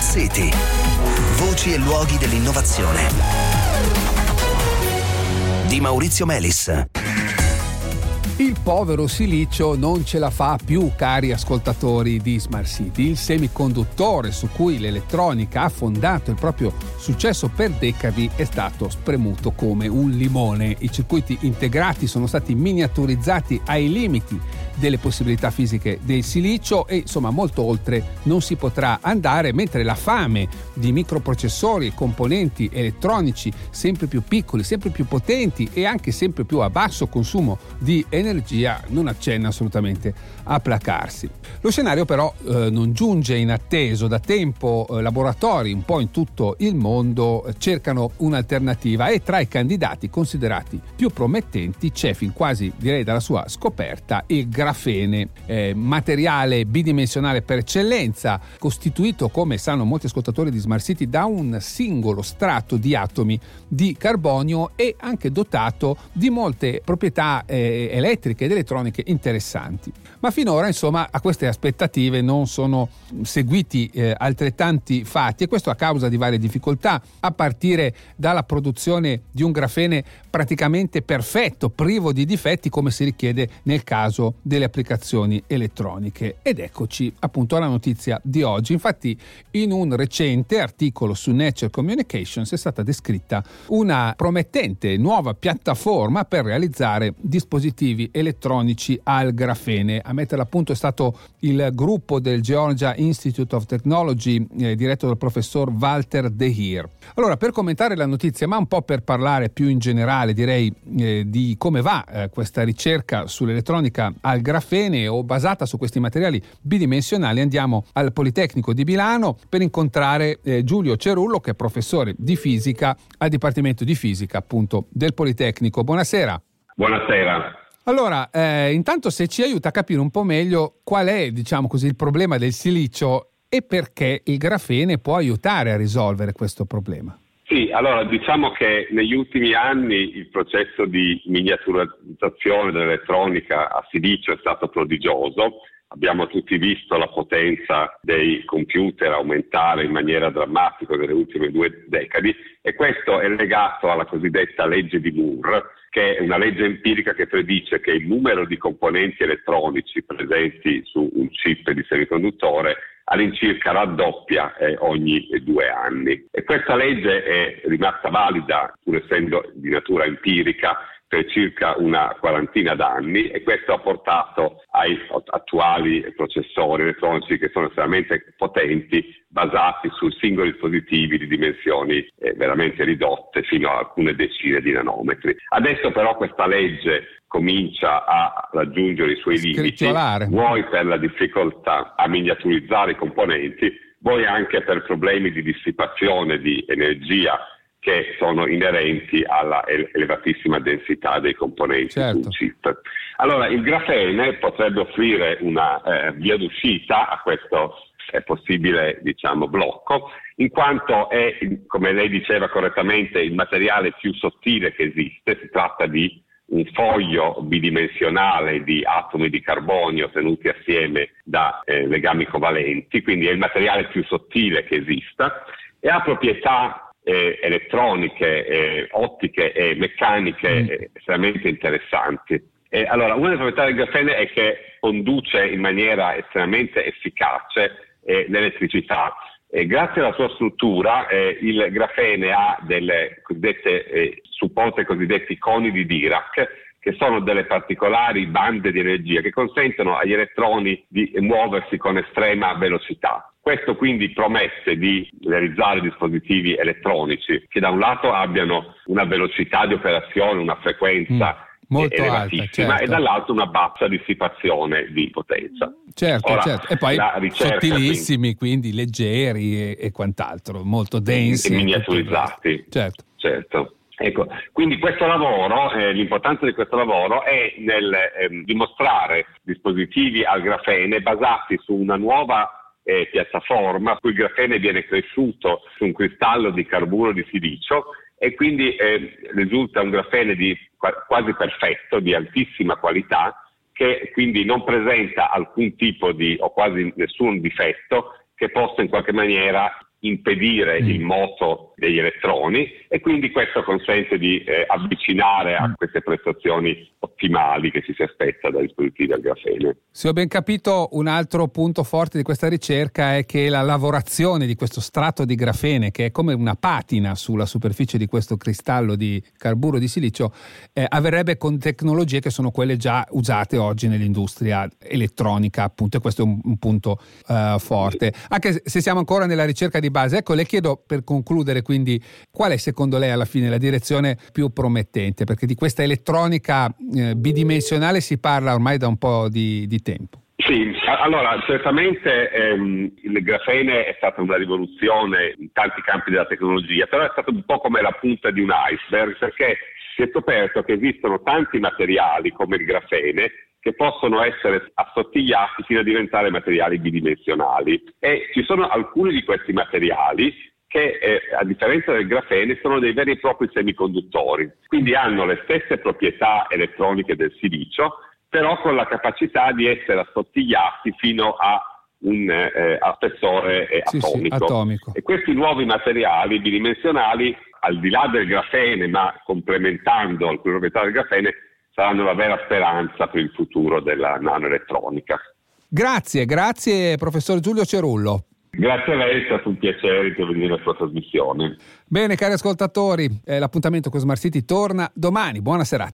City. Voci e luoghi dell'innovazione. Di Maurizio Melis. Il povero silicio non ce la fa più, cari ascoltatori di Smart City. Il semiconduttore su cui l'elettronica ha fondato il proprio successo per decadi è stato spremuto come un limone. I circuiti integrati sono stati miniaturizzati ai limiti delle possibilità fisiche del silicio e insomma molto oltre non si potrà andare, mentre la fame di microprocessori e componenti elettronici sempre più piccoli, sempre più potenti e anche sempre più a basso consumo di energia non accenna assolutamente a placarsi. Lo scenario però non giunge inatteso. Da tempo laboratori un po' in tutto il mondo cercano un'alternativa e tra i candidati considerati più promettenti c'è fin quasi, direi dalla sua scoperta, il grafene, materiale bidimensionale per eccellenza, costituito, come sanno molti ascoltatori di Smart City, da un singolo strato di atomi di carbonio e anche dotato di molte proprietà elettriche ed elettroniche interessanti. Ma finora, insomma, a queste aspettative non sono seguiti altrettanti fatti, e questo a causa di varie difficoltà, a partire dalla produzione di un grafene praticamente perfetto, privo di difetti, come si richiede nel caso delle applicazioni elettroniche. Ed eccoci appunto alla notizia di oggi. Infatti, in un recente articolo su Nature Communications è stata descritta una promettente nuova piattaforma per realizzare dispositivi elettronici al grafene. A metterla a punto è stato il gruppo del Georgia Institute of Technology diretto dal professor Walter De Heer. Allora, per commentare la notizia, ma un po' per parlare più in generale, direi di come va questa ricerca sull'elettronica al grafene o basata su questi materiali bidimensionali, andiamo al Politecnico di Milano per incontrare Giulio Cerullo, che è professore di fisica al Dipartimento di Fisica appunto del Politecnico. Buonasera. Buonasera. Allora, intanto se ci aiuta a capire un po' meglio qual è, diciamo così, il problema del silicio e perché il grafene può aiutare a risolvere questo problema. Sì, allora diciamo che negli ultimi anni il processo di miniaturizzazione dell'elettronica a silicio è stato prodigioso. Abbiamo tutti visto la potenza dei computer aumentare in maniera drammatica nelle ultime 2 decadi, e questo è legato alla cosiddetta legge di Moore, che è una legge empirica che predice che il numero di componenti elettronici presenti su un chip di semiconduttore all'incirca raddoppia ogni 2 anni. E questa legge è rimasta valida, pur essendo di natura empirica, per circa una quarantina d'anni, e questo ha portato ai attuali processori elettronici che sono estremamente potenti, basati su singoli dispositivi di dimensioni veramente ridotte fino a alcune decine di nanometri. Adesso però questa legge comincia a raggiungere i suoi limiti, vuoi per la difficoltà a miniaturizzare i componenti, vuoi anche per problemi di dissipazione di energia che sono inerenti alla elevatissima densità dei componenti sul chip. Allora, il grafene potrebbe offrire una via d'uscita a questo possibile, blocco, in quanto è, come lei diceva correttamente, il materiale più sottile che esiste. Si tratta di un foglio bidimensionale di atomi di carbonio tenuti assieme da legami covalenti, quindi è il materiale più sottile che esista e ha proprietà elettroniche, ottiche e meccaniche estremamente interessanti. Allora, una delle proprietà del grafene è che conduce in maniera estremamente efficace l'elettricità. Grazie alla sua struttura, il grafene ha delle cosiddette supporta i cosiddetti coni di Dirac, che sono delle particolari bande di energia che consentono agli elettroni di muoversi con estrema velocità. Questo quindi promette di realizzare dispositivi elettronici che da un lato abbiano una velocità di operazione, una frequenza molto elevatissima, alta, certo, e dall'altro una bassa dissipazione di potenza. Certo. E poi sottilissimi, quindi leggeri e quant'altro, molto densi e miniaturizzati. Certo. Ecco, quindi questo lavoro, l'importanza di questo lavoro è nel dimostrare dispositivi al grafene basati su una nuova piattaforma, cui il grafene viene cresciuto su un cristallo di carburo di silicio, e quindi risulta un grafene quasi perfetto, di altissima qualità, che quindi non presenta alcun tipo di o quasi nessun difetto che possa in qualche maniera impedire il moto degli elettroni, e quindi questo consente di avvicinare a queste prestazioni ottimali che ci si aspetta dai dispositivi al grafene. Se ho ben capito, un altro punto forte di questa ricerca è che la lavorazione di questo strato di grafene, che è come una patina sulla superficie di questo cristallo di carburo di silicio, avverrebbe con tecnologie che sono quelle già usate oggi nell'industria elettronica, appunto, e questo è un punto forte. Anche se siamo ancora nella ricerca di base, ecco, le chiedo, per concludere, quindi, qual è secondo lei alla fine la direzione più promettente? Perché di questa elettronica bidimensionale si parla ormai da un po' di tempo. Sì, allora certamente il grafene è stata una rivoluzione in tanti campi della tecnologia, però è stato un po' come la punta di un iceberg, perché si è scoperto che esistono tanti materiali come il grafene che possono essere assottigliati fino a diventare materiali bidimensionali, e ci sono alcuni di questi materiali che a differenza del grafene sono dei veri e propri semiconduttori, quindi hanno le stesse proprietà elettroniche del silicio, però con la capacità di essere assottigliati fino a un spessore atomico. E questi nuovi materiali bidimensionali, al di là del grafene, ma complementando alcune proprietà del grafene, saranno la vera speranza per il futuro della nanoelettronica. Grazie professor Giulio Cerullo. Grazie a lei, è stato un piacere intervenire nella sua trasmissione. Bene, cari ascoltatori, l'appuntamento con Smart City torna domani. Buona serata.